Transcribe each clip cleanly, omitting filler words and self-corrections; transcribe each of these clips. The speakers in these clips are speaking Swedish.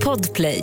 Podplay.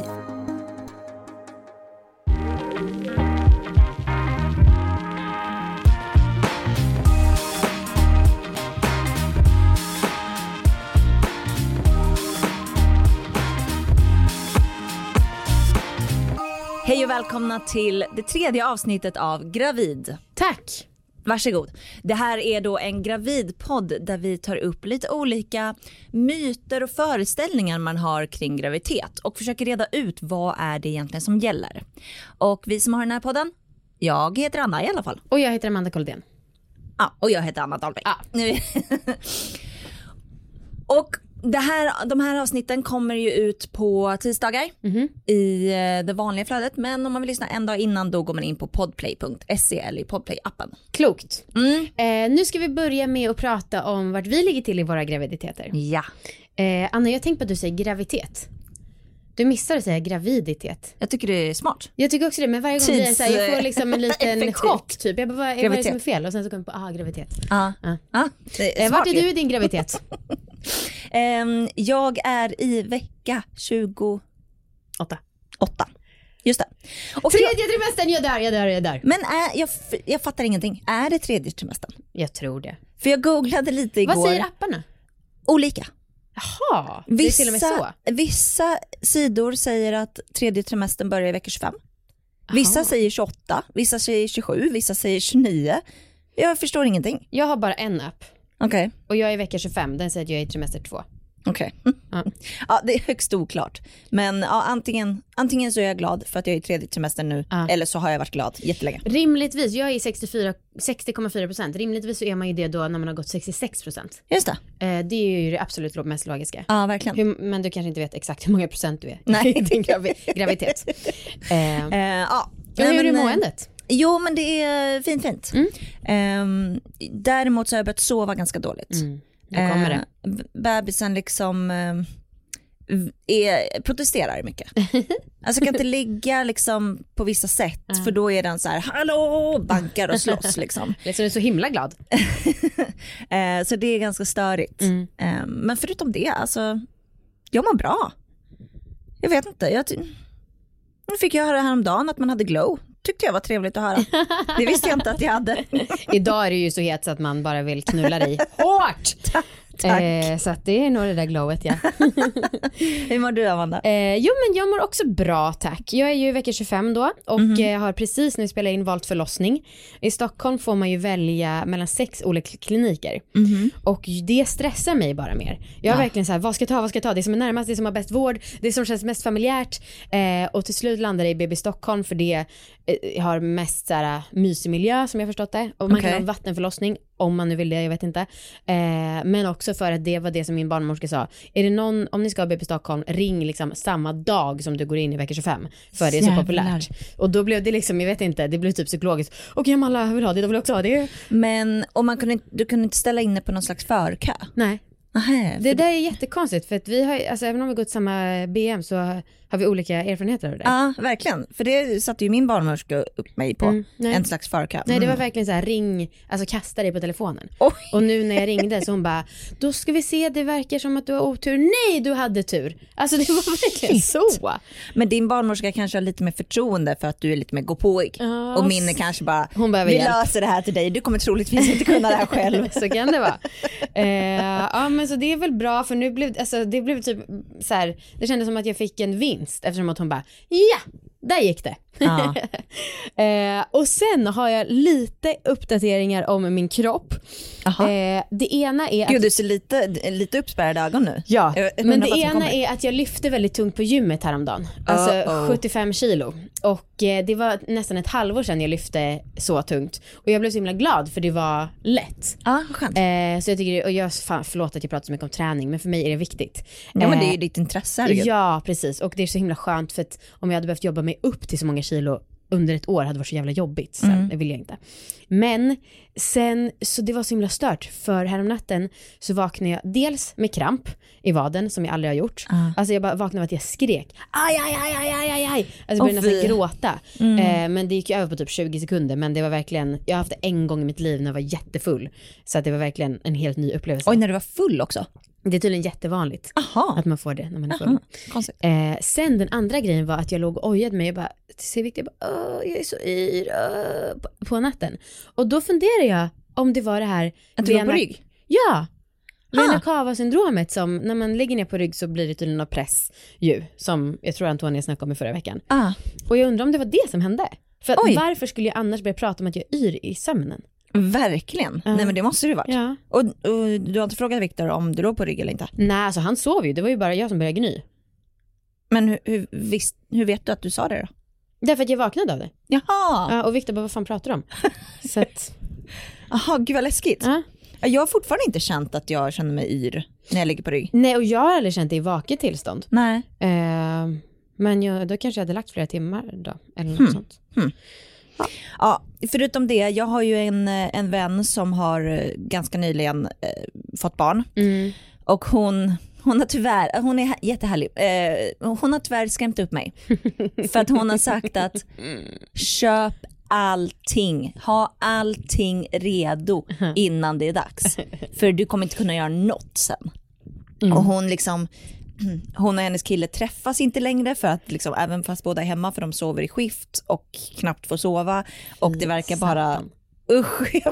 Hej och välkomna till det 3:e avsnittet av Gravid. Tack! Varsågod. Det här är då en gravidpodd där vi tar upp lite olika myter och föreställningar man har kring graviditet och försöker reda ut vad är det egentligen som gäller. Och vi som har den här podden, jag heter Anna i alla fall. Och jag heter Amanda Koldén. Ja, och jag heter Anna Dahlbeck. Ja. Och de här avsnitten kommer ju ut på tisdagar i det vanliga flödet. Men om man vill lyssna en dag innan, då går man in på podplay.se eller i Podplay-appen. Klokt. Nu ska vi börja med att prata om vart vi ligger till i våra graviditeter. Ja. Anna, jag tänkte på att du säger graviditet. Du missar att säga graviditet. Jag tycker det är smart. Jag tycker också det, men varje gång blir det så här, jag får liksom en liten chock typ. Jag bara, vad är det som är fel? Och sen så kommer jag på, graviditet. Vart är du i din graviditet? Jag är i vecka 28. Just det. Och tredje trimestern, jag är där. Men jag fattar ingenting. Är det tredje trimestern? Jag tror det. För jag googlade lite igår. Vad säger apparna? Olika. Jaha, det är till och med så. Vissa sidor säger att tredje trimestern börjar i vecka 25. Vissa säger 28, vissa säger 27, vissa säger 29. Jag förstår ingenting. Jag har bara en app. Okej. Och jag är i vecka 25, den säger att jag är i trimester 2. Okej. Ja, det är högst oklart. Men ja, antingen så är jag glad för att jag är i tredje trimestern nu, eller så har jag varit glad jättelänge. Rimligtvis, jag är 60,4%. Rimligtvis så är man ju det då när man har gått 66%. Just det. Det är ju det absolut mest logiska. Ja, verkligen. Men du kanske inte vet exakt hur många procent du är. Nej. i din graviditet. Hur är måendet? Jo, men det är fint. Däremot så har jag börjat sova ganska dåligt. Då kommer det. Bebisen liksom protesterar mycket. Alltså kan inte ligga liksom på vissa sätt, för då är den så här, hallå, bankar och slåss liksom. Så du är så himla glad. Så det är ganska störigt. Men förutom det, alltså, jag mår bra. Jag vet inte, nu fick jag höra häromdagen att man hade glow. Tyckte jag var trevligt att höra. Det visste jag inte att jag hade. Idag är det ju så het så att man bara vill knulla dig hårt. Tack. Så att det är nog det där glowet, ja. Hur mår du, Amanda? Jo, men jag mår också bra, tack. Jag är ju i vecka 25 då och har precis när vi spelar in valt förlossning. I Stockholm får man ju välja mellan 6 olika kliniker. Och det stressar mig bara mer. Jag är verkligen så här, vad ska jag ta? Det som är närmast, det som har bäst vård, det som känns mest familjärt. Och till slut landar det i BB Stockholm för det har mest så här mysig miljö som jag förstått det. Och man kan ha vattenförlossning om man nu vill det, jag vet inte. Men också för att det var det som min barnmorska sa. Är det någon, om ni ska ha BB Stockholm, ring liksom samma dag som du går in i vecka 25. För det är så populärt. Och då blev det liksom, jag vet inte, det blev typ psykologiskt. Okej, alla vill ha det, då vill också ha det. Men du kunde inte ställa in det på någon slags förkö? Nej. Det där är jättekonstigt för att vi har, alltså även om vi gått samma BM så har vi olika erfarenheter av det. Ja, verkligen. För det satte ju min barnmorska upp mig på en slags förkö. Nej, det var verkligen så här, ring, alltså kasta dig på telefonen. Oj. Och nu när jag ringde så hon bara, då ska vi se, det verkar som att du har otur. Nej, du hade tur. Alltså det var verkligen så. Men din barnmorska kanske har lite mer förtroende för att du är lite mer gåpåig. Och min är kanske bara, hon behöver vi hjälp. Löser det här till dig. Du kommer troligtvis inte kunna det här själv. Så kan det vara. Ja, men så det är väl bra för nu blev, alltså, det blev typ så här, det kändes som att jag fick en vinst eftersom att hon bara, ja, där gick det. Ja. Och sen har jag lite uppdateringar om min kropp. Det ena är att... Gud, du ser lite uppspärrade ögon nu. Ja, men det ena är att jag lyfte väldigt tungt på gymmet häromdagen. Alltså 75 kilo. Och det var nästan ett halvår sedan jag lyfte så tungt. Och jag blev så himla glad för det var lätt. Ja, skönt. Så jag tycker, och förlåt att jag pratar så mycket om träning, men för mig är det viktigt. Ja, men det är ju ditt intresse. Ja, precis. Och det är så himla skönt för att om jag hade behövt jobba mig upp till så många kilo under ett år hade varit så jävla jobbigt. Sen, det vill jag inte. Men sen, så det var så himla stört. För häromnatten så vaknade jag dels med kramp i vaden som jag aldrig har gjort. Alltså jag bara vaknade med att jag skrek. Aj. Alltså jag började nästan gråta. Men det gick ju över på typ 20 sekunder. Men det var verkligen, jag har haft det en gång i mitt liv när jag var jättefull. Så att det var verkligen en helt ny upplevelse. Oj, när du var full också? Det är tydligen jättevanligt att man får det när man är full. Sen den andra grejen var att jag låg och ojade mig. Jag bara, jag är så yr på natten. Och då funderar jag om det var det här... Att du låg på rygg? Ja! Vena Cava-syndromet som när man lägger ner på rygg så blir det tydligen någon press ju. Som jag tror Antonia snackade om i förra veckan. Och jag undrar om det var det som hände. För varför skulle jag annars börja prata om att jag yr i sömnen? Verkligen. Nej men det måste det ju varit. Ja. Och du har inte frågat Victor om du låg på rygg eller inte? Nej, alltså han sov ju. Det var ju bara jag som började gny. Men hur vet du att du sa det då? Därför att jag vaknade av det. Jaha. Ja, och Victor bara, vad fan pratar du om? Så att... Jaha, gud vad läskigt. Ja. Jag har fortfarande inte känt att jag känner mig yr när jag ligger på rygg. Nej, och jag har aldrig känt det i vaket tillstånd. Nej. Men då kanske jag hade lagt flera timmar då. Eller något sånt. Ja, förutom det, jag har ju en vän som har ganska nyligen fått barn. Och hon är jättehärlig. Hon har tyvärr skrämt upp mig. För att hon har sagt att köp allting. Ha allting redo innan det är dags. För du kommer inte kunna göra något sen. Och hon och hennes kille träffas inte längre för att liksom, även fast båda är hemma för de sover i skift och knappt får sova. Och det verkar bara... Usch, jag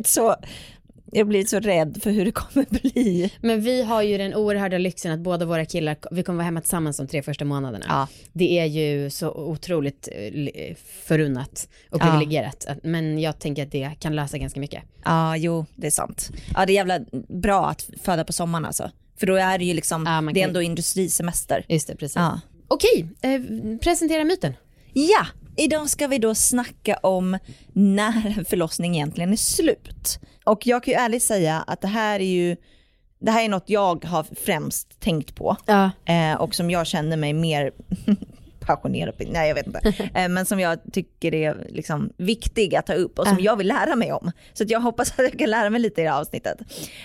har blivit så rädd för hur det kommer bli. Men vi har ju den oerhörda lyxen att båda våra killar, vi kommer vara hemma tillsammans de 3 första månaderna. Ja. Det är ju så otroligt förunnat och privilegierat. Men jag tänker att det kan lösa ganska mycket. Ja, jo, det är sant. Ja, det är jävla bra att föda på sommaren alltså. För då är det ju liksom, det är ändå industrisemester. Just det, precis. Ja. Okej, presentera myten. Ja, idag ska vi då snacka om när en förlossning egentligen är slut. Och jag kan ju ärligt säga att det här är något jag har främst tänkt på. Ja. Och som jag känner mig mer passionerad på. Nej, jag vet inte. Men som jag tycker är liksom viktig att ta upp och som jag vill lära mig om. Så att jag hoppas att jag kan lära mig lite i det här avsnittet.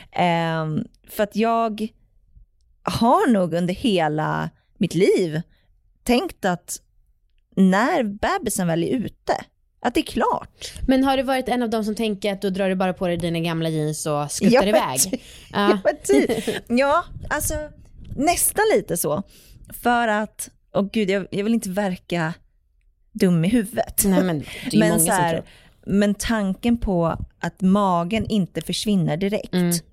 För att jag har nog under hela mitt liv tänkt att när bebisen väl är ute, att det är klart. Men har du varit en av dem som tänker att då drar du bara på dig dina gamla jeans och skuttar iväg? Ja, alltså nästan lite så. För att, jag vill inte verka dum i huvudet. Nej, men det är många som tror. Men tanken på att magen inte försvinner direkt.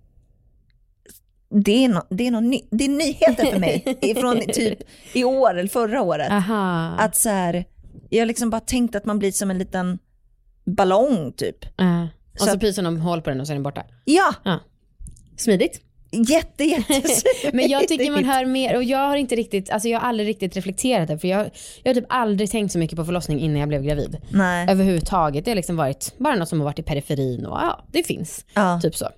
Det är nyheter för mig från typ i år eller förra året. Aha. Att så här, jag liksom bara tänkt att man blir som en liten ballong typ. Och så pyser de hål på den och så är den borta. Ja. Smidigt. Jätte. Men jag tycker man hör mer, och jag har inte riktigt, alltså jag har aldrig riktigt reflekterat det, för jag har typ aldrig tänkt så mycket på förlossning innan jag blev gravid. Nej. Överhuvudtaget. Det har liksom varit bara något som har varit i periferin och det finns. Typ så.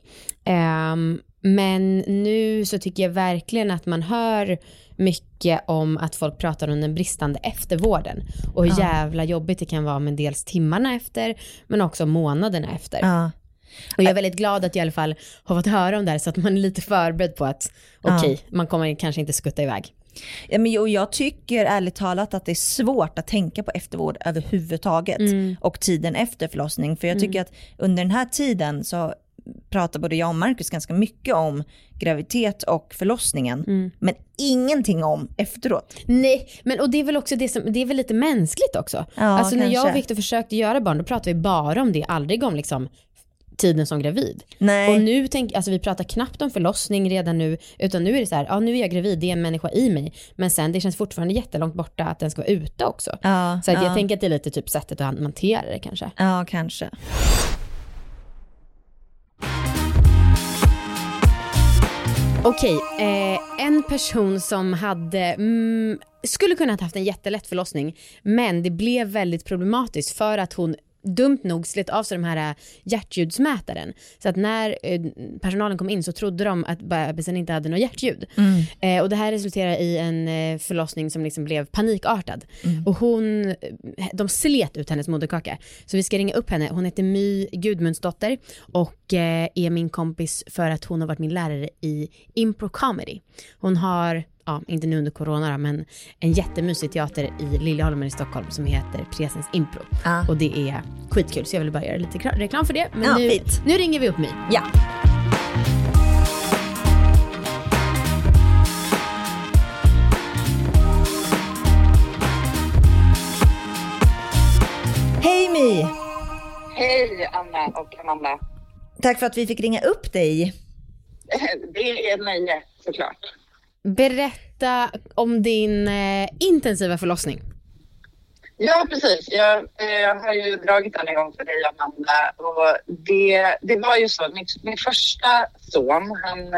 Men nu så tycker jag verkligen att man hör mycket om att folk pratar om den bristande eftervården och hur jävla jobbigt det kan vara med dels timmarna efter men också månaderna efter. Och jag är väldigt glad att jag i alla fall har fått höra om det här, så att man är lite förberedd på att man kommer kanske inte skutta iväg. Ja, men jag tycker ärligt talat att det är svårt att tänka på eftervård överhuvudtaget och tiden efter förlossning. För jag tycker att under den här tiden så pratar både jag och Marcus ganska mycket om graviditet och förlossningen, men ingenting om efteråt. Nej, men och det är väl också det är väl lite mänskligt också. Alltså när jag och Victor försökte göra barn, då pratade vi bara om det, aldrig om liksom tiden som gravid. Nej. Och nu vi pratar knappt om förlossning redan nu, utan nu är det så här, nu är jag gravid, det är en människa i mig, men sen det känns fortfarande jättelångt borta att den ska vara ute också. Så att jag tänker att det är lite typ sättet att hantera det kanske. Ja, kanske. Okej, en person som skulle kunna ha haft en jättelätt förlossning, men det blev väldigt problematiskt för att hon dumt nog slet av sig de här hjärtljudsmätaren. Så att när personalen kom in så trodde de att bebisen inte hade något hjärtljud. Och det här resulterade i en förlossning som liksom blev panikartad. Och de slet ut hennes moderkaka. Så vi ska ringa upp henne. Hon heter My Gudmundsdotter och är min kompis för att hon har varit min lärare i impro comedy. Hon har, inte nu under corona men en jättemysig teater i Liljeholmen i Stockholm som heter Presens Impro. Och det är skitkul, så jag vill bara göra lite reklam för det. Men nu ringer vi upp mig. Ja. hej! Hej Anna och Amanda. Tack för att vi fick ringa upp dig. Det är ett nöje, såklart. Berätta om din intensiva förlossning. Ja, precis. Jag har ju dragit den en gång för dig, Amanda. Och det var ju så. Min första son,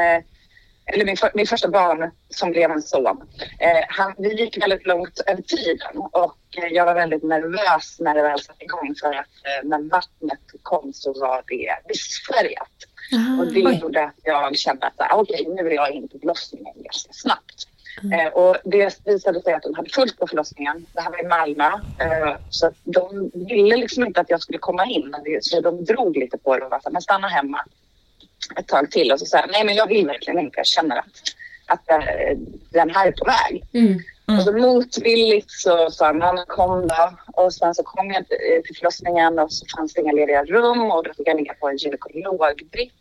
min första barn som blev en son. Vi gick väldigt långt över tiden. Och jag var väldigt nervös när det väl satt igång. För att när vattnet kom så var det visfärgat. Och det gjorde att jag kände att okej, nu är jag in på förlossningen ganska snabbt. Och det visade sig att de hade fullt på förlossningen. Det här var i Malmö. Så de ville liksom inte att jag skulle komma in. Så de drog lite på det och var så, men stanna hemma ett tag till. Och så sa nej, men jag vill verkligen inte. Jag känner att den här är på väg. Och så motvilligt så sa man, kom då. Och sen så kom jag till förlossningen och så fanns det inga lediga rum. Och då fick jag ligga på en gynekologbrits.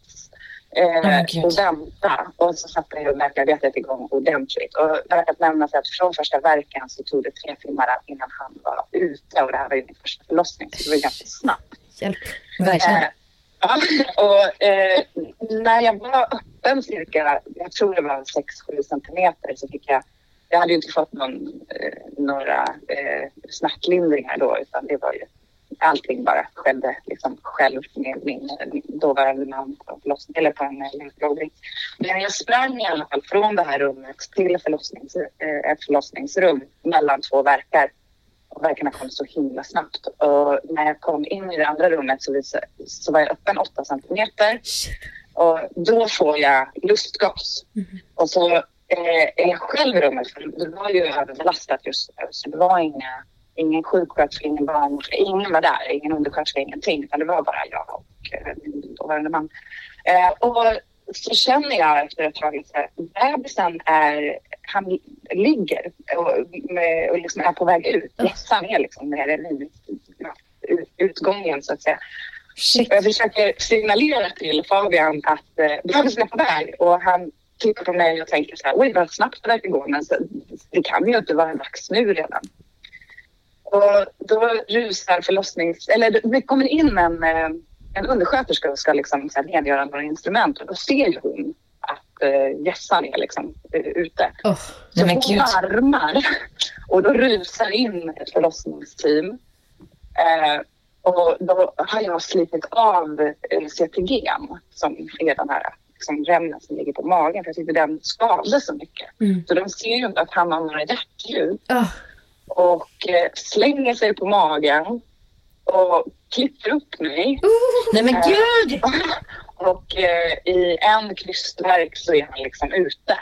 Och vänta. Och så satte jag läkararbetet igång ordentligt. Och värt att nämna sig att från första verkan så tog det 3 timmar innan han var ute. Och det här var ju min första förlossning. Så det var ganska snabbt. Hjälp. Verkligen. Ja, och när jag var öppen cirka, jag tror det var 6-7 centimeter, så fick jag hade ju inte fått några smärtlindringar då, utan det var ju allting bara skedde liksom själv med min dåvarande man på förlossning, eller på en gynekologbrits. Men jag sprang i alla fall från det här rummet till ett förlossningsrum mellan 2 verkar. Och verkarna kom så himla snabbt. Och när jag kom in i det andra rummet så var jag öppen 8 centimeter. Och då får jag lustgas. Och så är jag själv i rummet. För det var ju överbelastat just nu. Så det var ingen sjuksköterska, ingen barnmorska. Ingen var där. Ingen undersköterska, ingenting. Utan det var bara jag och min dåvarande man. Och så känner jag efter ett tag att bebisen han ligger och liksom är på väg ut. Jessan är liksom nere i utgången så att säga. Och jag försöker signalera till Fabian att bebisen är på väg. Och han tittar på mig och tänker så här, oj vad snabbt det verkar gå. Men så, det kan ju inte vara dags nu redan. Och då rusar det kommer in en undersköterska och ska liksom nedgöra några instrument. Och då ser ju hon att Jessan är liksom ute. Så hon larmar. Och då rusar in ett förlossningsteam. Och då har jag slipit av CTG:n som är den här liksom remmen som ligger på magen. För jag tyckte den skadade så mycket. Så de ser ju inte att han har några hjärtljud. Och slänger sig på magen. Och klipper upp mig. Nej men gud! Och i en krystverk så är han liksom ute.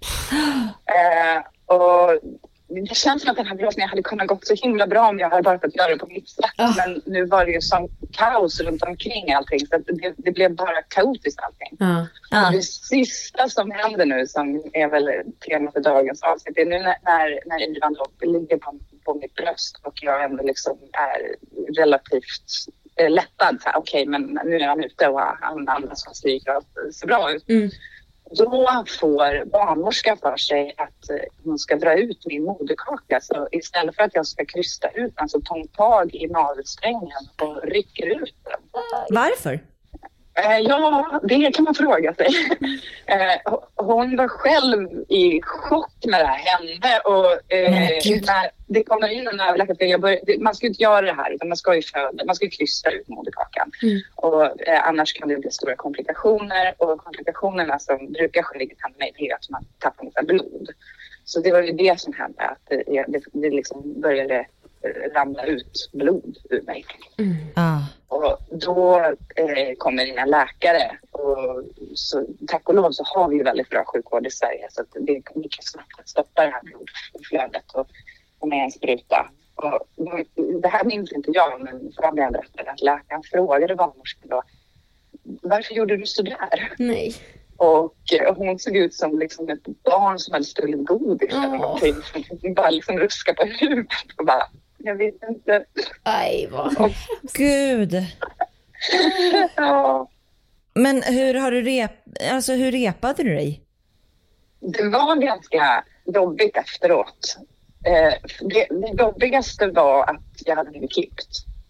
Och det känns som att den här förlossningen hade kunnat gått så himla bra om jag hade bara fått göra det på mitt sätt. Men nu var det ju sån kaos runt omkring allting. Så det blev bara kaotiskt allting. Det sista som händer nu, som är väl tema för dagens avsnitt, är nu när Ivan då ligger på mitt bröst och jag ändå liksom är relativt lättad. Okej, men nu är han ute och han andas och stryker och ser bra ut. Då får barnmorskan för sig att hon ska dra ut min moderkaka. Så istället för att jag ska krysta ut den så tar hon tag i navelsträngen och rycker ut den. Varför? Ja, det kan man fråga sig. Hon var själv i chock när det här hände. Och när det kommer in en överläkare, man ska inte göra det här utan man ska ju krysta ut moderkakan. Och annars kan det bli stora komplikationer. Och komplikationerna som brukar ske i mig är att man tappar lite blod. Så det var ju det som hände, att det liksom började ramla ut blod ur mig. Och då kommer in en läkare. Och så, tack och lov så har vi ju väldigt bra sjukvård i Sverige. Så att det är mycket snabbt att stoppa det här blodflödet och med en spruta. Och det här minns inte jag, men Fabian berättade att läkaren frågade barnmorskan då, varför gjorde du så där? Nej. Och hon såg ut som liksom ett barn som hade stulit godis eller någonting. Bara liksom ruska på huvudet och bara, jag vet inte. Aj, vad gud. Ja. Men hur repade du dig? Det var ganska jobbigt efteråt. Det jobbigaste var att jag hade blivit klippt.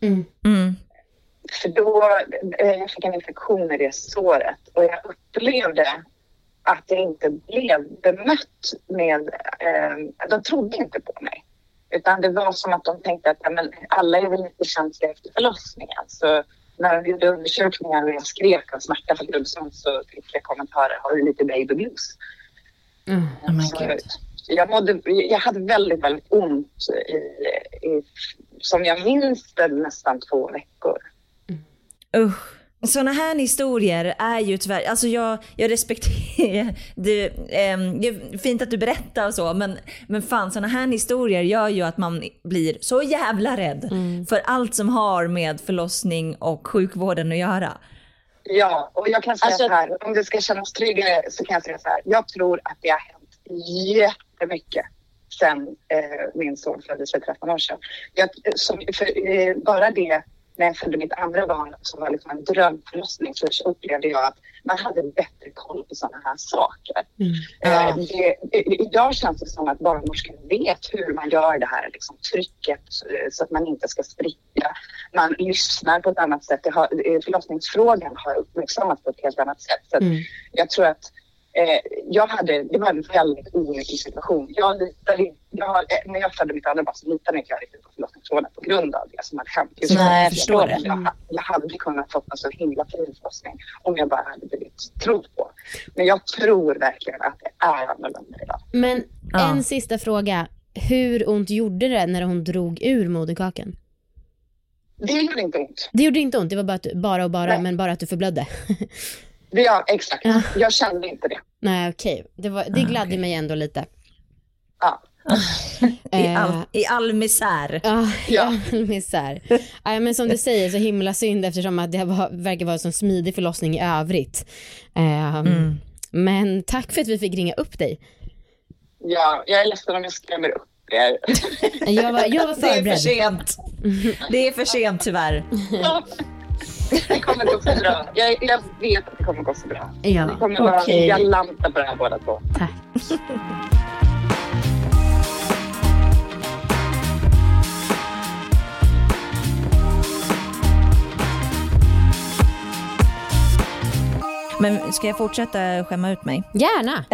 För då jag fick en infektion i det såret och jag upplevde att jag inte blev bemött med, de trodde inte på mig. Utan det var som att de tänkte att men, alla är väl lite känsliga efter förlossningen. Så när de gjorde undersökningar och jag skrek av smärta för guldsång så fick jag kommentarer, har du lite baby blues? Jag hade väldigt, väldigt ont som jag minns det, nästan 2 veckor. Såna här historier är ju tyvärr, alltså jag respekterar det är fint att du berättar och så, men fan, såna här historier gör ju att man blir så jävla rädd för allt som har med förlossning och sjukvården att göra. Ja, och jag kan säga så här, om det ska kännas tryggare så kan jag säga så här, jag tror att det har hänt jättemycket sen min son föddes för 13 år sedan. Bara det, när jag födde mitt andra barn som var liksom en drömförlossning, så upplevde jag att man hade bättre koll på sådana här saker. Idag känns det som att barnmorskor vet hur man gör det här liksom, trycket så att man inte ska spricka. Man lyssnar på ett annat sätt. Förlossningsfrågan har uppmärksammats på ett helt annat sätt. Så jag tror att det var en väldigt olycklig situation. När jag födde mitt andra barn så litade inte jag riktigt på förlossningsvården på grund av det som hade hänt. Nej, jag förstår det. Jag hade kunnat få en så himla fin förlossning om jag bara hade blivit trodd på. Men jag tror verkligen att det är annorlunda idag. Men en sista fråga. Hur ont gjorde det när hon drog ur moderkakan? Det gjorde inte ont. Det gjorde inte ont, det var bara men bara att du förblödde. Ja, exakt. Jag kände inte det. Nej, okej. Det gladde mig ändå lite. Ja. I all misär. I all misär. Men som du säger, så himla synd eftersom att det verkar vara en sån smidig förlossning i övrigt. Men tack för att vi fick ringa upp dig. Ja, jag är ledsen om jag skrämmer upp er. Jag var förberedd. Det är för sent. Det är för sent tyvärr. Det kommer gå så bra. Jag vet att det kommer gå så bra. Ja, det kommer vara galanta på det här båda två. Tack. Men ska jag fortsätta skämma ut mig? Gärna.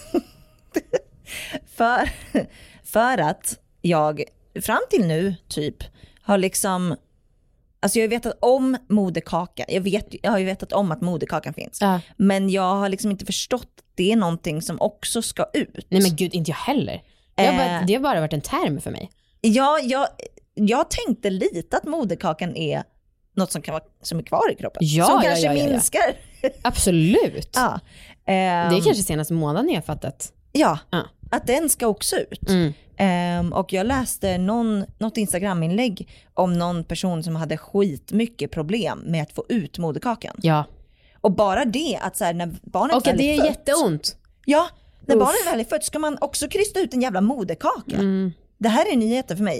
för att jag fram till nu typ har liksom, alltså jag har vetat om moderkakan. Jag har ju vetat om att moderkakan finns. Men jag har liksom inte förstått att det är någonting som också ska ut. Nej men gud, inte jag heller. Det har bara varit en term för mig. Ja, jag tänkte lite att moderkakan är något som är kvar i kroppen. Som kanske minskar. Absolut. Ja. Det är kanske senaste månaden jag har fattat. Ja, att den ska också ut. Och jag läste något Instagram-inlägg om någon person som hade skitmycket problem med att få ut moderkakan. Ja. Och bara det att så här, när barnet och det är fött, jätteont. Ja, när barnet väl är fött ska man också krysta ut en jävla moderkaka. Det här är nyheter för mig.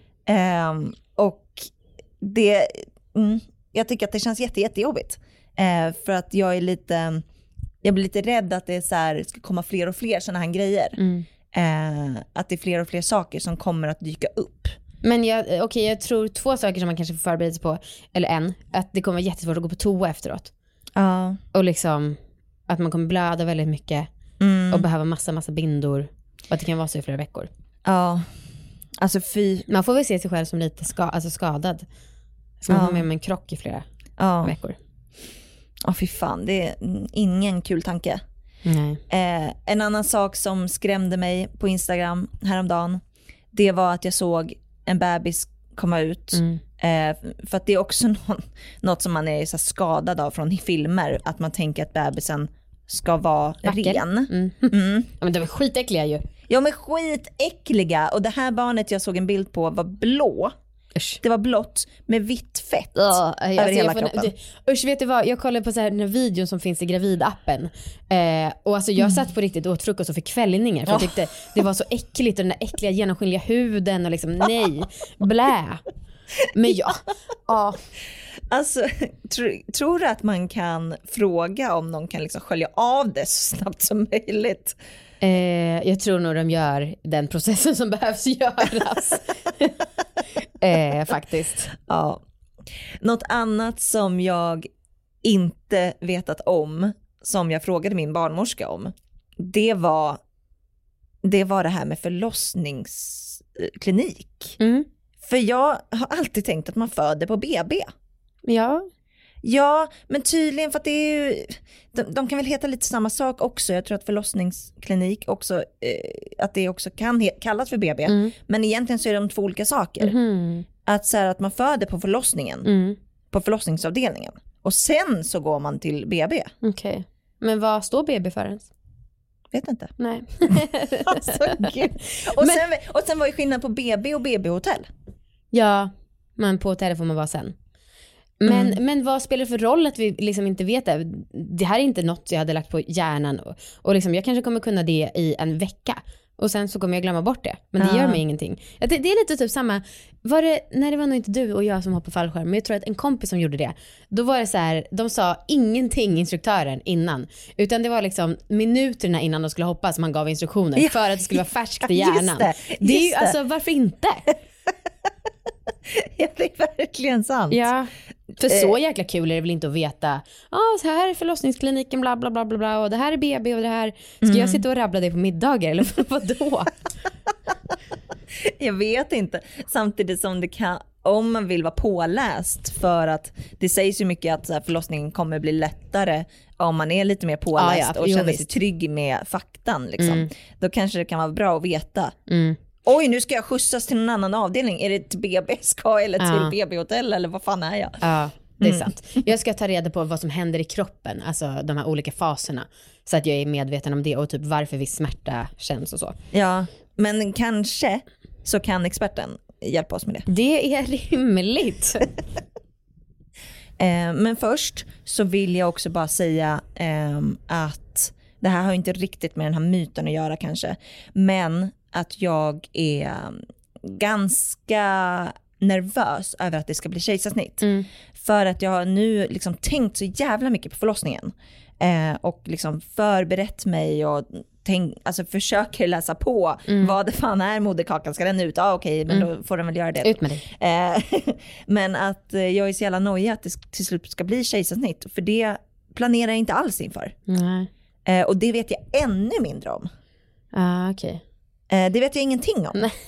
Och det jag tycker att det känns jättejobbigt. För att jag blir lite rädd att det är så här, ska komma fler och fler såna här grejer. Att det är fler och fler saker som kommer att dyka upp. Men jag tror 2 saker som man kanske får förbereda sig på. Eller en, att det kommer vara jättesvårt att gå på toa efteråt. Och liksom att man kommer blöda väldigt mycket. Och behöva massa bindor. Och att det kan vara så i flera veckor. Ja. Alltså man får väl se sig själv som lite skadad. Så man har med en krock i flera veckor. Fy fan, det är ingen kul tanke. Nej. En annan sak som skrämde mig på Instagram häromdagen, det var att jag såg en bebis komma ut. För att det är också något som man är så skadad av från filmer, att man tänker att bebisen ska vara ren. Ja, men det var skitäckliga ju. Ja, men skitäckliga. Och det här barnet jag såg en bild på var blå. Det var blått med vitt fett över hela kroppen. Usch, vet du vad? Jag kollade på så här, den här videon som finns i gravidappen. Och alltså jag satt på riktigt och åt frukost och fick kvällningar. För jag tyckte det var så äckligt. Och den där äckliga genomskinliga huden. Och liksom, nej, blä. Men ja. Alltså, tror du att man kan fråga om någon kan liksom skölja av det så snabbt som möjligt? Jag tror nog de gör den processen som behövs göras. Faktiskt. Ja. Något annat som jag inte vetat om, som jag frågade min barnmorska om, det var det här med förlossningsklinik. För jag har alltid tänkt att man föder på BB. Ja, men tydligen för att det är ju, de kan väl heta lite samma sak också. Jag tror att förlossningsklinik också, att det också kan kallas för BB. Men egentligen så är de två olika saker. Att så här, att man föder på förlossningen, på förlossningsavdelningen. Och sen så går man till BB. Okej. Men vad står BB för ens? Vet inte. Nej. Alltså, gud. Och sen var ju skillnad på BB och BB-hotell. Ja, men på hotellet får man vara sen. Men vad spelar det för roll att vi liksom inte vet det? Det här är inte något jag hade lagt på hjärnan. Och liksom, jag kanske kommer kunna det i en vecka. Och sen så kommer jag glömma bort det. Men det gör mig ingenting. Det är lite typ samma. Nej, det var nog inte du och jag som hoppade fallskärm. Men jag tror att en kompis som gjorde det. Då var det så här, de sa ingenting instruktören innan. Utan det var liksom minuterna innan de skulle hoppa som han gav instruktioner. För att det skulle vara färskt i hjärnan. Det är ju, alltså, varför inte? Ja, det är verkligen sant. Ja, för så jäkla kul är det väl inte att veta så här är förlossningskliniken bla bla bla bla bla och det här är BB och det här. Ska jag sitta och rabbla det på middagar eller vadå? Jag vet inte. Samtidigt som det kan, om man vill vara påläst, för att det sägs ju mycket att så här, förlossningen kommer bli lättare om man är lite mer påläst och känner sig trygg med faktan liksom. Då kanske det kan vara bra att veta. Oj, nu ska jag skjutsas till en annan avdelning. Är det till BB-SK eller till BB-hotell eller vad fan är jag? Ja, det är sant. Jag ska ta reda på vad som händer i kroppen, alltså de här olika faserna. Så att jag är medveten om det och typ varför viss smärta känns och så. Ja, men kanske så kan experten hjälpa oss med det. Det är rimligt. Men först så vill jag också bara säga att det här har inte riktigt med den här myten att göra kanske. Men att jag är ganska nervös över att det ska bli kejsarsnitt. För att jag har nu liksom tänkt så jävla mycket på förlossningen. Och liksom förberett mig och alltså försöker läsa på vad det fan är moderkakan. Ska den ut? Okej, men då får den väl göra det. Ut med det. Men att jag är så jävla nojig att det till slut ska bli kejsarsnitt. För det planerar jag inte alls inför. Och det vet jag ännu mindre om. Okej. Det vet jag ingenting om. Nej.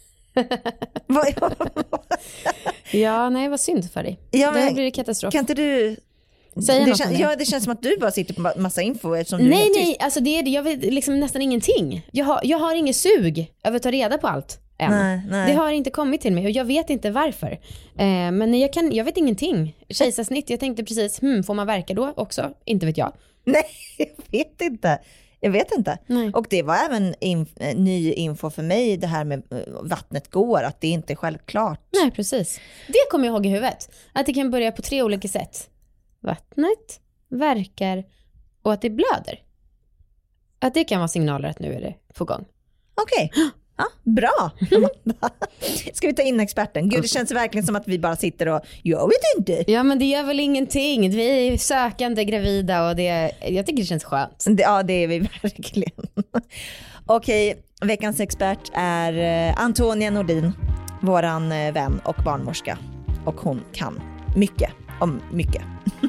Nej, vad synd för dig. Ja, det blir katastrof. Kan inte du säga något om det? Det känns som att du bara sitter på massa info. Nej, alltså det är det. Jag vet liksom nästan ingenting. Jag har ingen sug över att ta reda på allt än. Nej. Det har inte kommit till mig och jag vet inte varför. Men jag vet ingenting. Kejsarsnitt, jag tänkte precis, får man verka då också? Inte vet jag. Nej, jag vet inte. Nej. Och det var även ny info för mig, det här med vattnet går, att det inte är självklart. Nej, precis. Det kommer jag ihåg i huvudet. Att det kan börja på 3 olika sätt. Vattnet, verkar och att det blöder. Att det kan vara signaler att nu är det på gång. Okej. Ja, bra. Ska vi ta in experten? Gud, det känns verkligen som att vi bara sitter och jag vet inte. Ja, men det gör väl ingenting. Vi är sökande gravida och jag tycker det känns skönt. Ja, det är vi verkligen. Okej, veckans expert är Antonia Nordin, våran vän och barnmorska. Och hon kan mycket om mycket.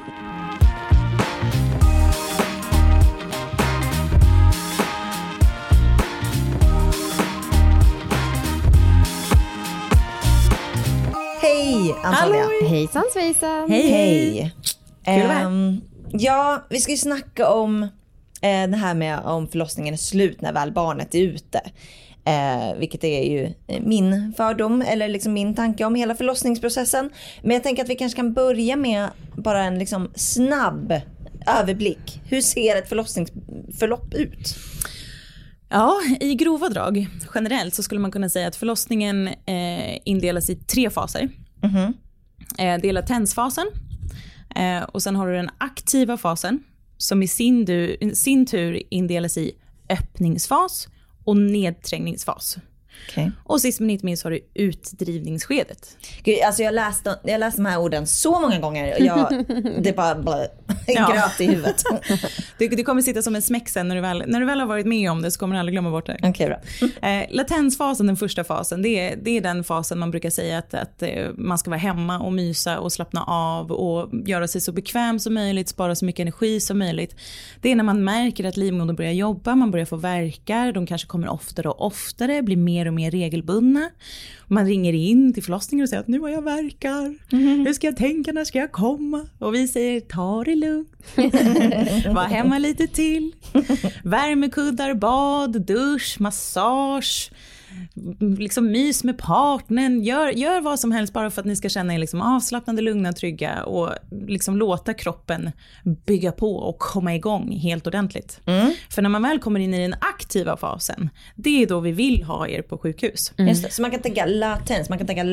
Hej Antonia. Hejsan svejsan. Hej. Kul att vara här. Ja, vi ska ju snacka om det här med om förlossningen är slut när väl barnet är ute. Vilket är ju min fördom eller liksom min tanke om hela förlossningsprocessen. Men jag tänker att vi kanske kan börja med bara en liksom snabb överblick. Hur ser ett förlossningsförlopp ut? Ja, i grova drag generellt så skulle man kunna säga att förlossningen indelas i 3 faser. Det är latensfasen och sen har du den aktiva fasen som i sin tur indelas i öppningsfas och nedträngningsfas. Okay. Och sist men inte minst har du utdrivningsskedet. Gud, alltså jag läste de här orden så många gånger. Det bara gröt i huvudet. Det kommer sitta som en smäck sen när du väl har varit med om det, så kommer du aldrig glömma bort det. Okej, bra. Latensfasen, den första fasen, det är den fasen man brukar säga att man ska vara hemma och mysa och slappna av och göra sig så bekväm som möjligt, spara så mycket energi som möjligt. Det är när man märker att livmodern börjar jobba, man börjar få verkar, de kanske kommer oftare och oftare, blir mer och mer regelbundna. Man ringer in till förlossningen och säger att nu har jag verkar. Hur ska jag tänka, när ska jag komma? Och vi säger, ta det lugnt. Var hemma lite till. Värmekuddar, bad, dusch, massage. Liksom mys med partnern. Gör vad som helst bara för att ni ska känna er liksom avslappnade, lugna, trygga. Och liksom låta kroppen bygga på och komma igång helt ordentligt. För när man väl kommer in i den aktiva fasen, det är då vi vill ha er på sjukhus. Just det. Så man kan tänka latens, man kan tänka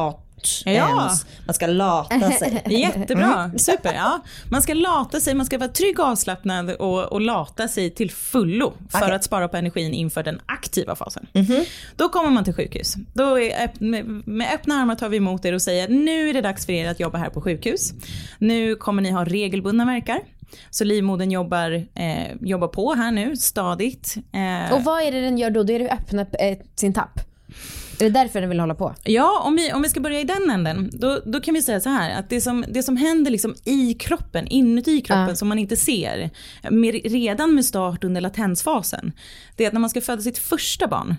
man ska lata sig. Jättebra, super. Ja. Man ska lata sig, man ska vara trygg och avslappnad och lata sig till fullo för att spara på energin inför den aktiva fasen. Då kommer man till sjukhus. Då med öppna armar tar vi emot er och säger, nu är det dags för er att jobba här på sjukhus. Nu kommer ni ha regelbundna verkar. Så livmodern jobbar på här nu, stadigt. Och vad är det den gör då? Då är det att öppna sin tapp. Är det därför den vill hålla på? Ja, om vi ska börja i den änden, då kan vi säga så här, att det som händer liksom i kroppen, inuti kroppen som man inte ser, redan med start under latensfasen, det är att när man ska föda sitt första barn,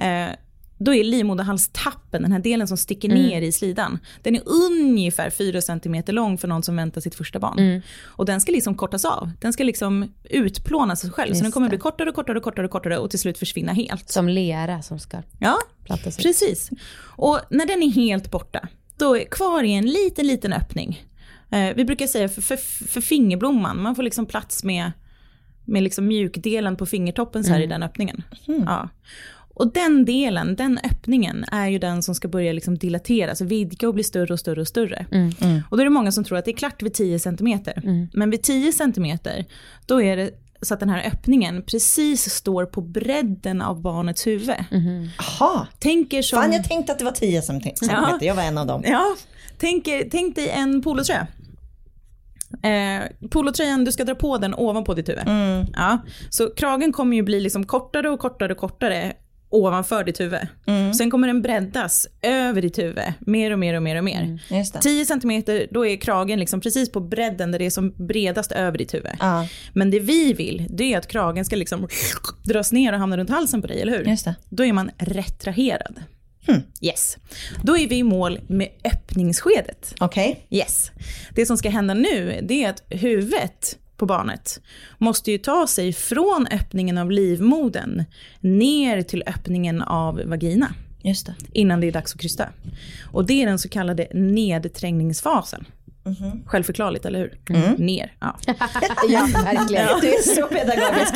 då är livmoderhalstappen, den här delen som sticker ner i slidan, den är ungefär 4 centimeter lång för någon som väntar sitt första barn. Och den ska liksom kortas av. Den ska liksom utplåna sig själv. Så den kommer bli kortare och kortare och kortare och kortare och till slut försvinna helt. Som lera som ska platta sig. Precis. Och när den är helt borta, då är kvar i en liten öppning. Vi brukar säga för fingerblomman, man får liksom plats med liksom mjukdelen på fingertoppen så här i den öppningen. Ja. Och den delen, den öppningen är ju den som ska börja liksom dilateras och vidga och bli större och större och större. Och då är det många som tror att det är klart vid 10 centimeter. Men vid 10 centimeter, då är det så att den här öppningen precis står på bredden av barnets huvud. Aha. Fan, jag tänkte att det var 10 centimeter. Ja. Jag var en av dem. Ja, tänk dig en polotröja. Polotröjan, du ska dra på den ovanpå ditt huvud. Ja. Så kragen kommer ju bli liksom kortare och kortare och kortare ovanför ditt huvud. Sen kommer den breddas över ditt huvud mer och mer och mer och mer. 10 centimeter, då är kragen liksom precis på bredden där det är som bredast över ditt huvud. Men det vi vill, det är att kragen ska liksom dras ner och hamna runt halsen på dig, eller hur? Just det. Då är man retraherad. Yes. Då är vi i mål med öppningsskedet. Okej. Yes. Det som ska hända nu, det är att huvudet på barnet måste ju ta sig från öppningen av livmodern ner till öppningen av vagina. Just det. Innan det är dags att krysta. Och det är den så kallade nedträngningsfasen. Självförklarligt, eller hur? Ner, ja. Ja, verkligen. Du är så pedagogisk.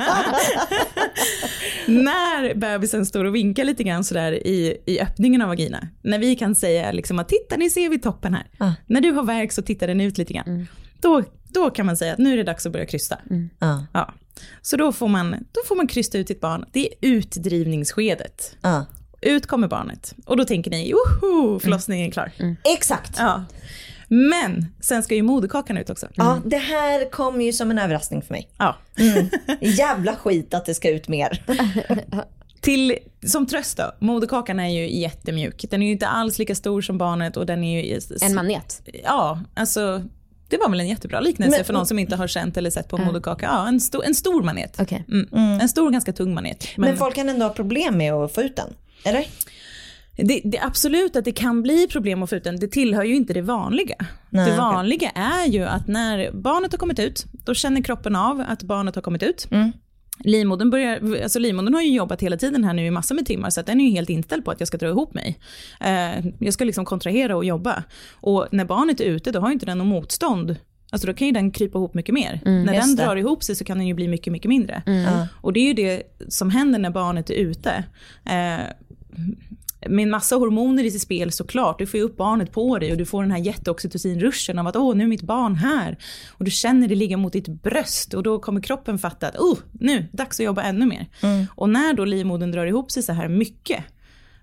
När bebisen står och vinkar lite grann sådär i öppningen av vagina. När vi kan säga liksom att titta, ni ser vid toppen här. När du har verk så tittar den ut lite grann. Då kan man säga att nu är det dags att börja krysta. Ja. Så då får man krysta ut sitt barn. Det är utdrivningsskedet. Ut kommer barnet. Och då tänker ni, joho, förlossningen är klar. Exakt. Ja. Men sen ska ju moderkakan ut också. Ja, det här kom ju som en överraskning för mig. Ja. Jävla skit att det ska ut mer. Som tröst då, moderkakan är ju jättemjuk. Den är ju inte alls lika stor som barnet och den är ju... En manet. Ja, alltså... Det var väl en jättebra liknelse för någon som inte har känt eller sett på moderkaka. Ja, en stor manet. Okay. En stor, ganska tung manet. Men folk kan ändå ha problem med att få ut den, eller? Det absolut att det kan bli problem att få ut den. Det tillhör ju inte det vanliga. Nej, det vanliga är ju att när barnet har kommit ut, då känner kroppen av att barnet har kommit ut. Livmodern har ju jobbat hela tiden här nu i massor med timmar, så att den är ju helt inställd på att jag ska dra ihop mig. Jag ska liksom kontrahera och jobba. Och när barnet är ute, då har ju inte den någon motstånd. Alltså då kan ju den krypa ihop mycket mer. När den drar ihop sig så kan den ju bli mycket, mycket mindre. Och det är ju det som händer när barnet är ute. Med en massa hormoner i sitt spel såklart. Du får ju upp barnet på dig och du får den här jätteoxytocinruschen av att nu är mitt barn här. Och du känner det ligga mot ditt bröst och då kommer kroppen fatta att nu, dags att jobba ännu mer. Och när då livmodern drar ihop sig så här mycket,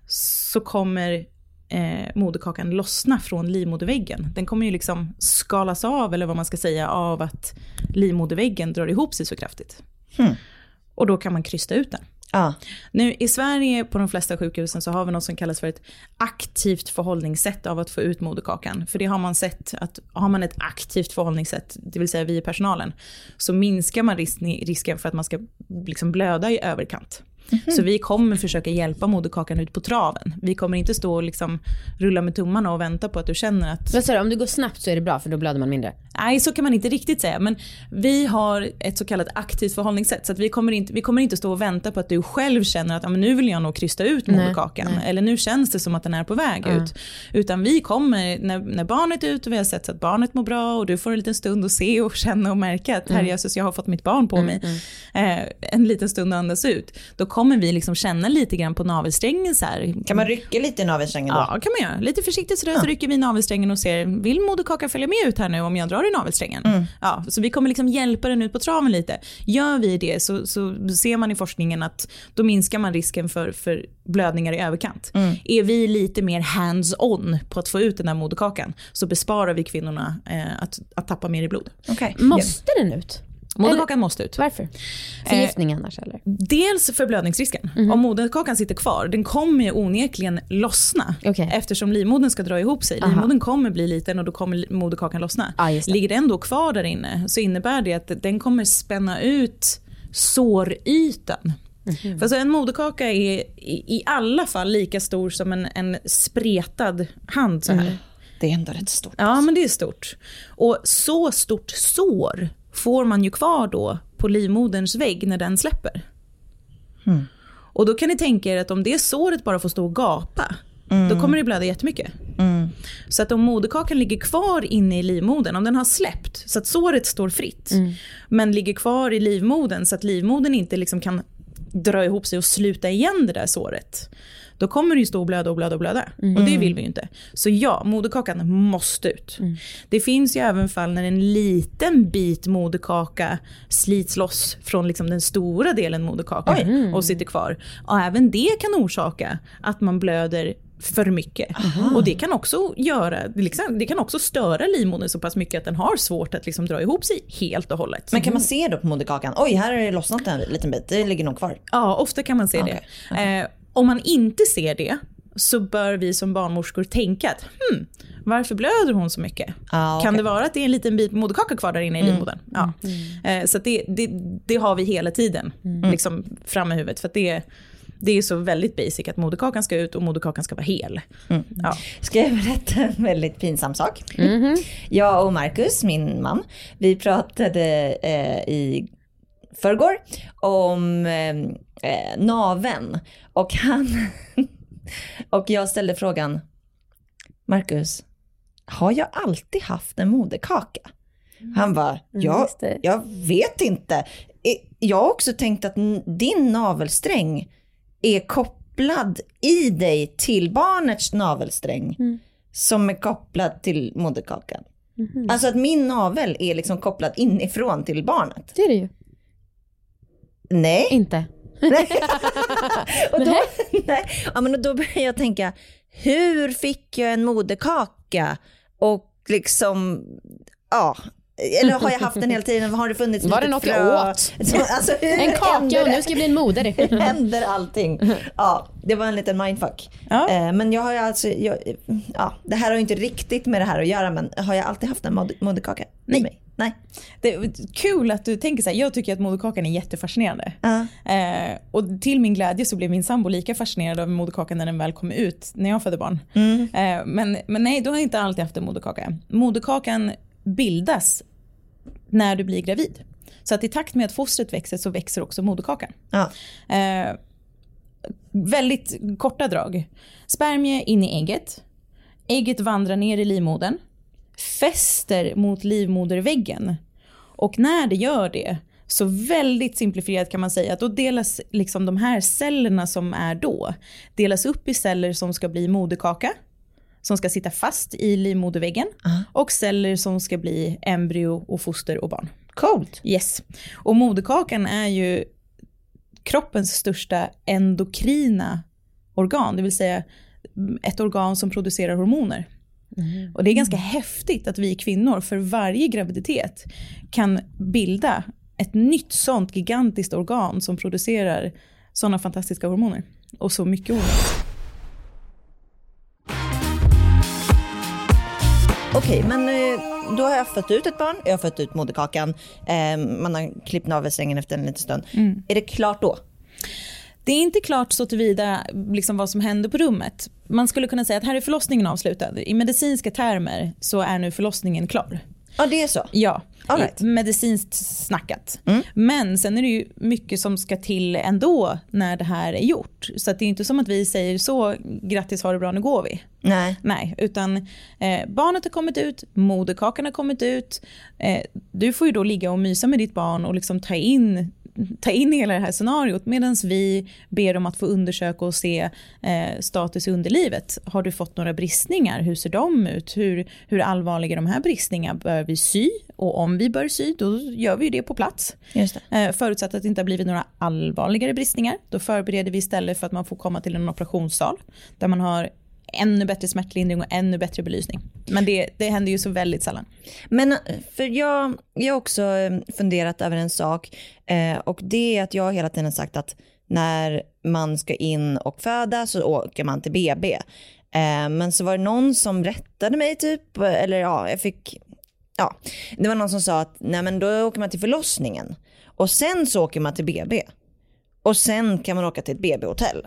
så kommer moderkakan lossna från livmoderväggen. Den kommer ju liksom skalas av, eller vad man ska säga, av att livmoderväggen drar ihop sig så kraftigt. Och då kan man krysta ut den. Nu i Sverige på de flesta sjukhusen så har vi något som kallas för ett aktivt förhållningssätt av att få ut moderkakan. För det har man sett att har man ett aktivt förhållningssätt, det vill säga vi i personalen, så minskar man risken för att man ska liksom blöda i överkant. Så vi kommer försöka hjälpa moderkakan ut på traven. Vi kommer inte stå och liksom rulla med tummarna och vänta på att du känner att... Vad sa du, om du går snabbt så är det bra för då blöder man mindre? Nej, så kan man inte riktigt säga. Men vi har ett så kallat aktivt förhållningssätt. Så att vi kommer inte stå och vänta på att du själv känner att nu vill jag nog krysta ut moderkakan. Nej. Eller nu känns det som att den är på väg ut. Utan vi kommer, när barnet är ute och vi har sett så att barnet mår bra och du får en liten stund att se och känna och märka att herre Jesus, jag har fått mitt barn på mig. En liten stund att andas ut. Då kommer vi liksom känna lite grann på navelsträngen så här. Kan man rycka lite i navelsträngen då? Ja, kan man göra. Lite försiktigt så rycker vi i navelsträngen och ser, vill moderkakan följa med ut här nu om jag drar i navelsträngen? Ja, så vi kommer liksom hjälpa den ut på traven lite. Gör vi det så ser man i forskningen att då minskar man risken för blödningar i överkant. Är vi lite mer hands-on på att få ut den här moderkakan så besparar vi kvinnorna att tappa mer i blod. Okay. Måste den ut? Moderkakan måste ut. Varför? Förgiftning annars eller? Dels för blödningsrisken. Om moderkakan sitter kvar, den kommer ju onekligen lossna. Eftersom livmodern ska dra ihop sig. Livmodern kommer bli liten och då kommer moderkakan lossna. Ligger den då kvar där inne så innebär det att den kommer spänna ut sårytan. För så en moderkaka är i alla fall lika stor som en spretad hand så här. Det är ändå rätt stort. Ja, men det är stort. Och så stort sår får man ju kvar då på livmoderns vägg när den släpper. Och då kan ni tänka er att om det såret bara får stå och gapa, då kommer det blöda jättemycket. Så att om moderkakan ligger kvar inne i livmodern, om den har släppt så att såret står fritt, men ligger kvar i livmodern så att livmodern inte liksom kan dra ihop sig och sluta igen det där såret, då kommer det ju stå och blöda. Och det vill vi ju inte. Så ja, moderkakan måste ut. Det finns ju även fall när en liten bit moderkaka slits loss från liksom den stora delen moderkaka och sitter kvar. Och även det kan orsaka att man blöder för mycket. Och det kan också det kan också störa livmodern så pass mycket att den har svårt att liksom dra ihop sig helt och hållet. Men kan man se då på moderkakan? Oj, här är det lossnat en liten bit. Det ligger nog kvar. Ja, ofta kan man se det. Om man inte ser det så bör vi som barnmorskor tänka att varför blöder hon så mycket? Kan det vara att det är en liten bit moderkaka kvar där inne i livmodern? Ja. Så att det har vi hela tiden liksom fram i huvudet. För att det är så väldigt basic att moderkakan ska ut och moderkakan ska vara hel. Ja. Ska jag berätta en väldigt pinsam sak? Jag och Marcus, min man, vi pratade i förrgår om naven. Och jag ställde frågan, Marcus, har jag alltid haft en moderkaka? Han bara, jag vet inte. Jag har också tänkt att din navelsträng är kopplad i dig till barnets navelsträng som är kopplad till moderkakan. Alltså att min navel är liksom kopplad inifrån till barnet. Det är det ju. Nej. Inte. Och då, ja, men då började jag tänka, hur fick jag en moderkaka? Och liksom, eller har jag haft den hela tiden? Har det funnits var lite det något frö? jag åt? Alltså, en kaka och nu ska jag bli en moder. Hur händer allting? Ja, det var en liten mindfuck. Men jag har ju alltså, det här har ju inte riktigt med det här att göra, men har jag alltid haft en moderkaka? Nej. Det är kul att du tänker så här. Jag tycker att moderkakan är jättefascinerande. Och till min glädje så blev min sambo lika fascinerad av moderkakan när den väl kom ut när jag födde barn. Men nej, då har jag inte alltid haft en moderkaka. Moderkakan bildas när du blir gravid. Så att i takt med att fostret växer så växer också moderkakan. Väldigt korta drag. Spermie in i ägget. Ägget vandrar ner i livmodern. Fäster mot livmoderväggen. Och när det gör det så väldigt simplifierat kan man säga att då delas liksom de här cellerna som är då delas upp i celler som ska bli moderkaka, som ska sitta fast i livmoderväggen och celler som ska bli embryo och foster och barn. Coolt. Yes. Och moderkakan är ju kroppens största endokrina organ, det vill säga ett organ som producerar hormoner. Och det är ganska häftigt att vi kvinnor för varje graviditet kan bilda ett nytt sånt gigantiskt organ som producerar sådana fantastiska hormoner. Och så mycket hormoner. Okej, men då har jag fött ut ett barn, jag har fött ut moderkakan, man har klippt navelsträngen efter en liten stund. Är det klart då? Det är inte klart så tillvida liksom vad som händer på rummet. Man skulle kunna säga att här är förlossningen avslutad. I medicinska termer så är nu förlossningen klar. Ja, det är så? Ja, right. Medicinskt snackat. Men sen är det ju mycket som ska till ändå när det här är gjort. Så att det är inte som att vi säger så, grattis, ha det bra, nu går vi. Nej, utan barnet har kommit ut, moderkakan har kommit ut. Du får ju då ligga och mysa med ditt barn och liksom ta in hela det här scenariot medan vi ber om att få undersöka och se status i underlivet. Har du fått några bristningar? Hur ser de ut? Hur allvarliga är de här bristningarna? Bör vi sy? Och om vi bör sy, då gör vi det på plats. Just det. Förutsatt att det inte har blivit några allvarligare bristningar. Då förbereder vi istället för att man får komma till en operationssal där man har ännu bättre smärtlindring och ännu bättre belysning. Men det händer ju så väldigt sällan. Men för jag har också funderat över en sak och det är att jag hela tiden sagt att när man ska in och föda så åker man till BB. Men så var det någon som rättade mig typ, eller det var någon som sa att nej, men då åker man till förlossningen och sen så åker man till BB och sen kan man åka till ett BB-hotell.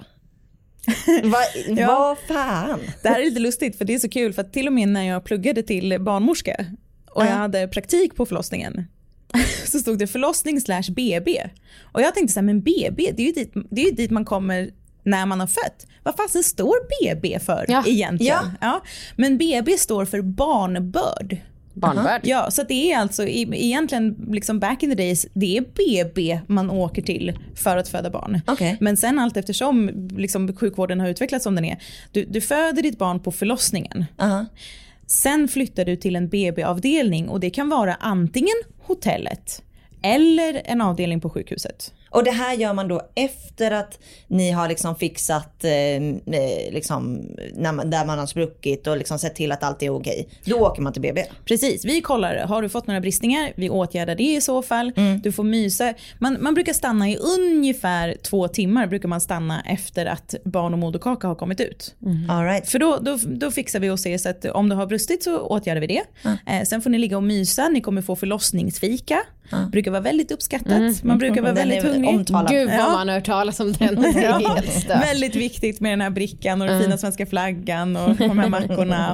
Vad fan? Det här är lite lustigt för det är så kul för att till och med när jag pluggade till barnmorska och jag hade praktik på förlossningen så stod det förlossning/BB och jag tänkte så här, men BB det är ju dit man kommer när man har fött. Vad fasen står BB för egentligen? Ja. Men BB står för barnbörd. Barnbörd. Ja, så att det är alltså egentligen liksom back in the days, det är BB man åker till för att föda barn. Okay. Men sen allt eftersom liksom sjukvården har utvecklats som den är, du föder ditt barn på förlossningen. Sen flyttar du till en BB-avdelning och det kan vara antingen hotellet eller en avdelning på sjukhuset. Och det här gör man då efter att ni har liksom fixat liksom, där man har spruckit och liksom sett till att allt är okej. Då åker man till BB. Precis, vi kollar, har du fått några bristningar? Vi åtgärdar det i så fall. Du får mysa. Man brukar stanna i ungefär 2 timmar brukar man stanna efter att barn och moderkaka har kommit ut. All right. För då fixar vi och ser så att om det har brustit så åtgärdar vi det. Sen får ni ligga och mysa, ni kommer få förlossningsfika. Brukar vara väldigt uppskattat. Man brukar vara väldigt hungrig. Gud vad man har hört talas om den. Väldigt viktigt med den här brickan och den fina svenska flaggan och de här mackorna.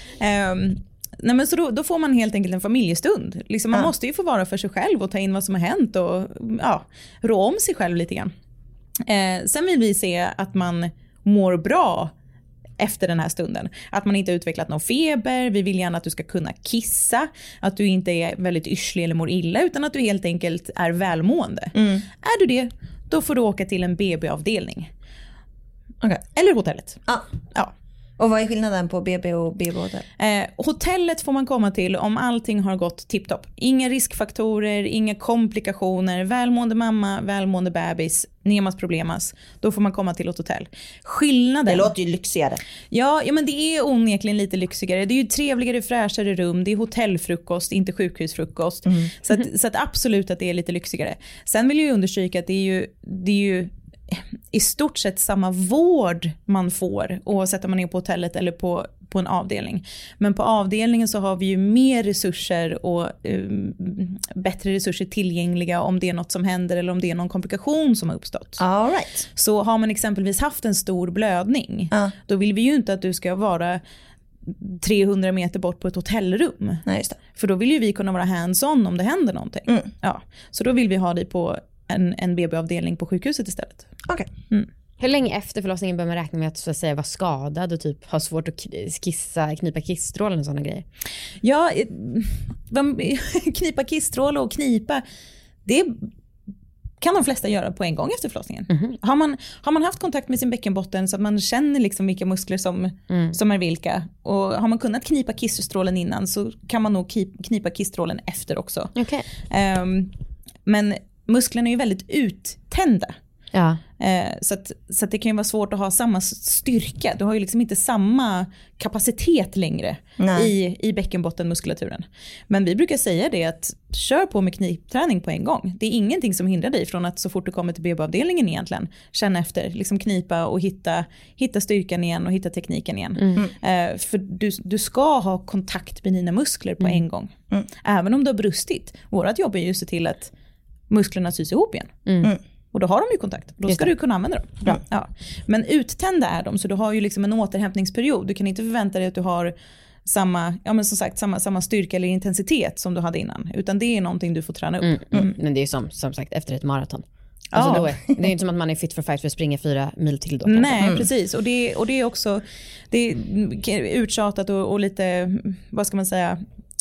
Nej, men så då får man helt enkelt en familjestund. Liksom, man måste ju få vara för sig själv och ta in vad som har hänt och rå om sig själv lite grann. Sen vill vi se att man mår bra efter den här stunden. Att man inte har utvecklat någon feber. Vi vill gärna att du ska kunna kissa. Att du inte är väldigt yrslig eller mår illa utan att du helt enkelt är välmående. Är du det, då får du åka till en BB-avdelning. Okay. Eller hotellet. Ja. Och vad är skillnaden på BB och BB-hotell? Hotellet får man komma till om allting har gått tipptopp. Inga riskfaktorer, inga komplikationer, välmående mamma, välmående bebis, nemas problemas. Då får man komma till ett hotell. Skillnaden... Det låter ju lyxigare. Ja, men det är onekligen lite lyxigare. Det är ju trevligare, fräschare rum. Det är hotellfrukost, inte sjukhusfrukost. Så att absolut att det är lite lyxigare. Sen vill jag ju understryka att det är ju i stort sett samma vård man får oavsett om man är på hotellet eller på en avdelning. Men på avdelningen så har vi ju mer resurser och bättre resurser tillgängliga om det är något som händer eller om det är någon komplikation som har uppstått. All right. Så har man exempelvis haft en stor blödning, då vill vi ju inte att du ska vara 300 meter bort på ett hotellrum. Nej, just det. För då vill ju vi kunna vara hands-on om det händer någonting. Ja. Så då vill vi ha dig på en BB-avdelning på sjukhuset istället. Okay. Hur länge efter förlossningen bör man räkna med att så att säga vara skadad och typ ha svårt att knipa kissstrålen och sådana grejer? Ja, knipa kissstrål och knipa, det kan de flesta göra på en gång efter förlossningen. Har man haft kontakt med sin bäckenbotten så att man känner liksom vilka muskler som är vilka, och har man kunnat knipa kissstrålen innan så kan man nog knipa kissstrålen efter också. Okay. Men musklerna är ju väldigt uttända. Ja. Så att det kan ju vara svårt att ha samma styrka. Du har ju liksom inte samma kapacitet längre i bäckenbottenmuskulaturen. Men vi brukar säga det att kör på med knipträning på en gång. Det är ingenting som hindrar dig från att så fort du kommer till BB-avdelningen egentligen känna efter, liksom knipa och hitta styrkan igen och hitta tekniken igen. För du ska ha kontakt med dina muskler på en gång. Även om du har brustit. Vårat jobb är ju att se till att musklerna sys ihop igen. Och då har de ju kontakt. Då ska du kunna använda dem. Bra. Ja. Men uttända är de, så du har ju liksom en återhämtningsperiod. Du kan inte förvänta dig att du har samma styrka eller intensitet som du hade innan. Utan det är någonting du får träna upp. Men det är som sagt efter ett maraton. Alltså då det är inte som att man är fit for fight för att springa 4 mil till då. Nej, precis. Och det är också det är uttjatat och lite, vad ska man säga,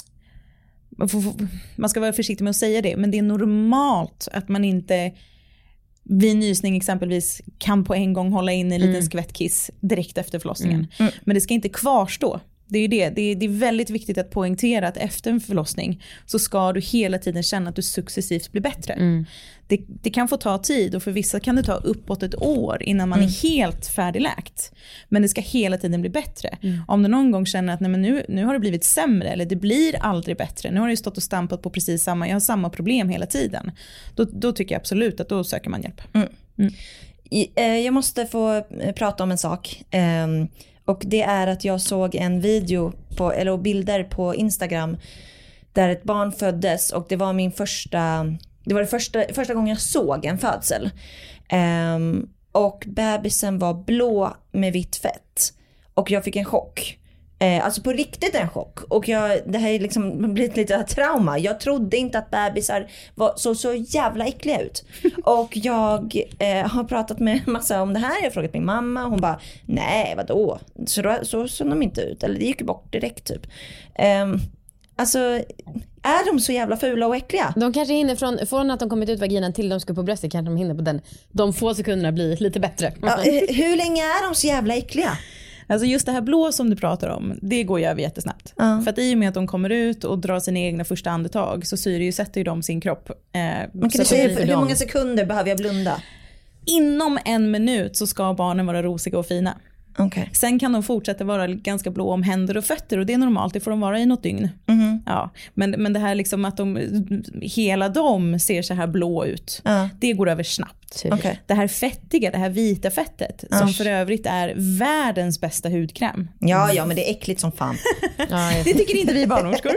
man ska vara försiktig med att säga det, men det är normalt att man inte vid nysning exempelvis kan på en gång hålla in en liten skvättkiss direkt efter förlossningen. Men det ska inte kvarstå. Det är ju det är väldigt viktigt att poängtera att efter en förlossning så ska du hela tiden känna att du successivt blir bättre. Det kan få ta tid, och för vissa kan det ta uppåt ett år innan man är helt färdigläkt. Men det ska hela tiden bli bättre. Om du någon gång känner att nej, men nu har det blivit sämre, eller det blir aldrig bättre. Nu har du stått och stampat på precis jag har samma problem hela tiden. Då tycker jag absolut att då söker man hjälp. Jag måste få prata om en sak. Och det är att jag såg en video eller bilder på Instagram där ett barn föddes, och det var första gången jag såg en födsel. Och bebisen var blå med vitt fett, och jag fick en chock. Alltså på riktigt en chock. Och det här är liksom blivit lite trauma. Jag trodde inte att bebisar så jävla äckliga ut. Och jag har pratat med massa om det här. Jag har frågat min mamma. Hon bara, nej vadå? Så såg de inte ut. Eller det gick bort direkt typ. Alltså, är de så jävla fula och äckliga? De kanske hinner från att de kommit ut vaginan till de ska på bröstet, kanske de hinner på de få sekunderna bli lite bättre. Ja, hur länge är de så jävla äckliga? Alltså just det här blå som du pratar om, det går ju över jättesnabbt. För att i och med att de kommer ut och drar sina egna första andetag så sätter ju de sin kropp. Man kan säga hur många sekunder behöver jag blunda? Inom 1 minut så ska barnen vara rosiga och fina. Okay. Sen kan de fortsätta vara ganska blå om händer och fötter, och det är normalt, det får de vara i något dygn. Ja. Men det här liksom att hela de ser så här blå ut, det går över snabbt. Okay. Det här fettiga, det här vita fettet som för övrigt är världens bästa hudkräm. Ja, men det är äckligt som fan. Det tycker inte vi barnmorskor.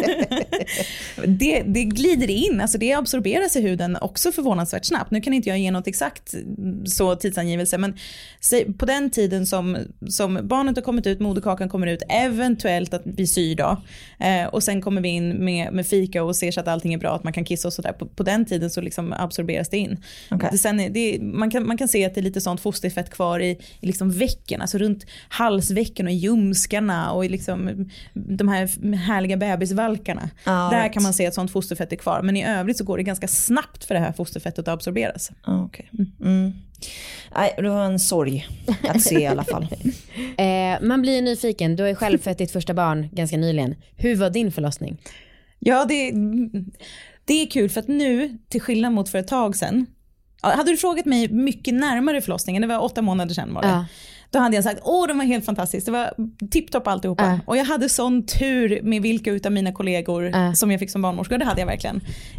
det glider in, alltså det absorberas i huden också förvånansvärt snabbt. Nu kan inte jag ge något exakt så tidsangivelse, men på den tiden som barnet har kommit ut, moderkakan kommer ut, eventuellt att vi syr då, och sen kommer vi in med fika och ser så att allting är bra, att man kan kissa och sådär. På den tiden så liksom absorberas det in. Okay. Sen man kan se att det är lite sånt fosterfett kvar i liksom vecken, alltså runt halsvecken och i ljumskarna och i liksom de här härliga bebisvalkarna. Där kan man se att sånt fosterfett är kvar, men i övrigt så går det ganska snabbt för det här fosterfettet att absorberas. Okay. Nej, det var en sorg att se i alla fall. Man blir nyfiken, du har ju själv fött ditt första barn ganska nyligen. Hur var din förlossning? Ja, det är kul, för att nu, till skillnad mot för ett tag sedan, hade du frågat mig mycket närmare förlossningen, det var 8 månader sedan var det. Då hade jag sagt, de var helt fantastiskt, det var tipptopp alltihopa. Och jag hade sån tur med vilka utav mina kollegor som jag fick som barnmorska, det hade jag verkligen.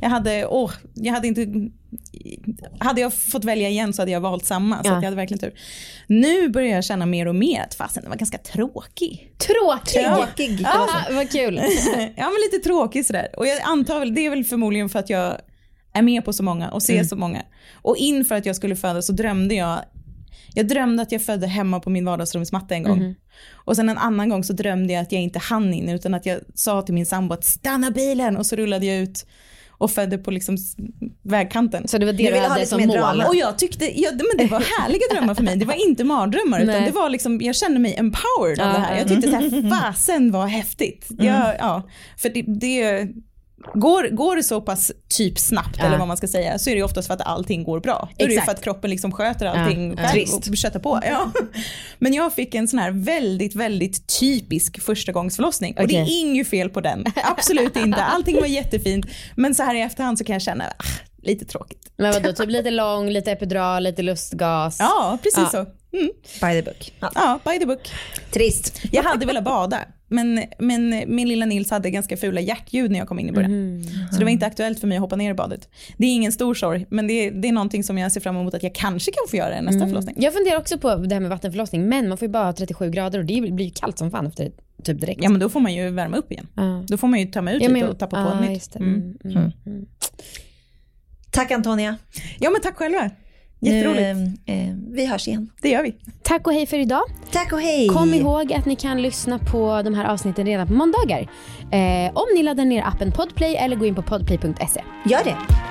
Hade jag fått välja igen så hade jag valt samma, så att jag hade verkligen tur. Nu börjar jag känna mer och mer att fasen, det var ganska tråkig. Tråkig? Ja, vad kul. Ja, men lite tråkig sådär. Och jag antar väl, det är väl förmodligen för att jag är med på så många och ser så många. Och inför att jag skulle föda så drömde jag drömde att jag födde hemma på min vardagsrumsmatta en gång. Och sen en annan gång så drömde jag att jag inte hann in, utan att jag sa till min sambo att stanna bilen, och så rullade jag ut och födde på liksom vägkanten. Så det var det du hade som mål? Och jag tyckte, men det var härliga drömmar för mig. Det var inte mardrömmar, utan det var liksom, jag kände mig empowered av det här. Jag tyckte så här, fasen var häftigt. För det Går det så pass typ snabbt eller vad man ska säga, så är det oftast för att allting går bra. Då är det ju för att kroppen liksom sköter allting och köttar på. Men jag fick en sån här väldigt, väldigt typisk förstagångsförlossning. Och det är inget fel på den. Absolut inte. Allting var jättefint. Men så här i efterhand så kan jag känna lite tråkigt. Men vadå, typ lite lång, lite epidural, lite lustgas. Ja, precis så. By the book. Ja, by the book. Trist. Jag hade velat bada, men min lilla Nils hade ganska fula hjärtljud när jag kom in i början. Så det var inte aktuellt för mig att hoppa ner i badet. Det är ingen stor sorg, men det är någonting som jag ser fram emot att jag kanske kan få göra nästa förlossning. Jag funderar också på det här med vattenförlossning, men man får ju bara ha 37 grader och det blir ju kallt som fan efter typ direkt. Ja, men då får man ju värma upp igen. Då får man ju ta mig ut lite och tappa på nytt. Tack Antonia. Ja, men tack själva. Jätteroligt. Vi hörs igen. Det gör vi. Tack och hej för idag. Tack och hej. Kom ihåg att ni kan lyssna på de här avsnitten redan på måndagar. Om ni laddar ner appen Podplay eller går in på podplay.se. Gör det.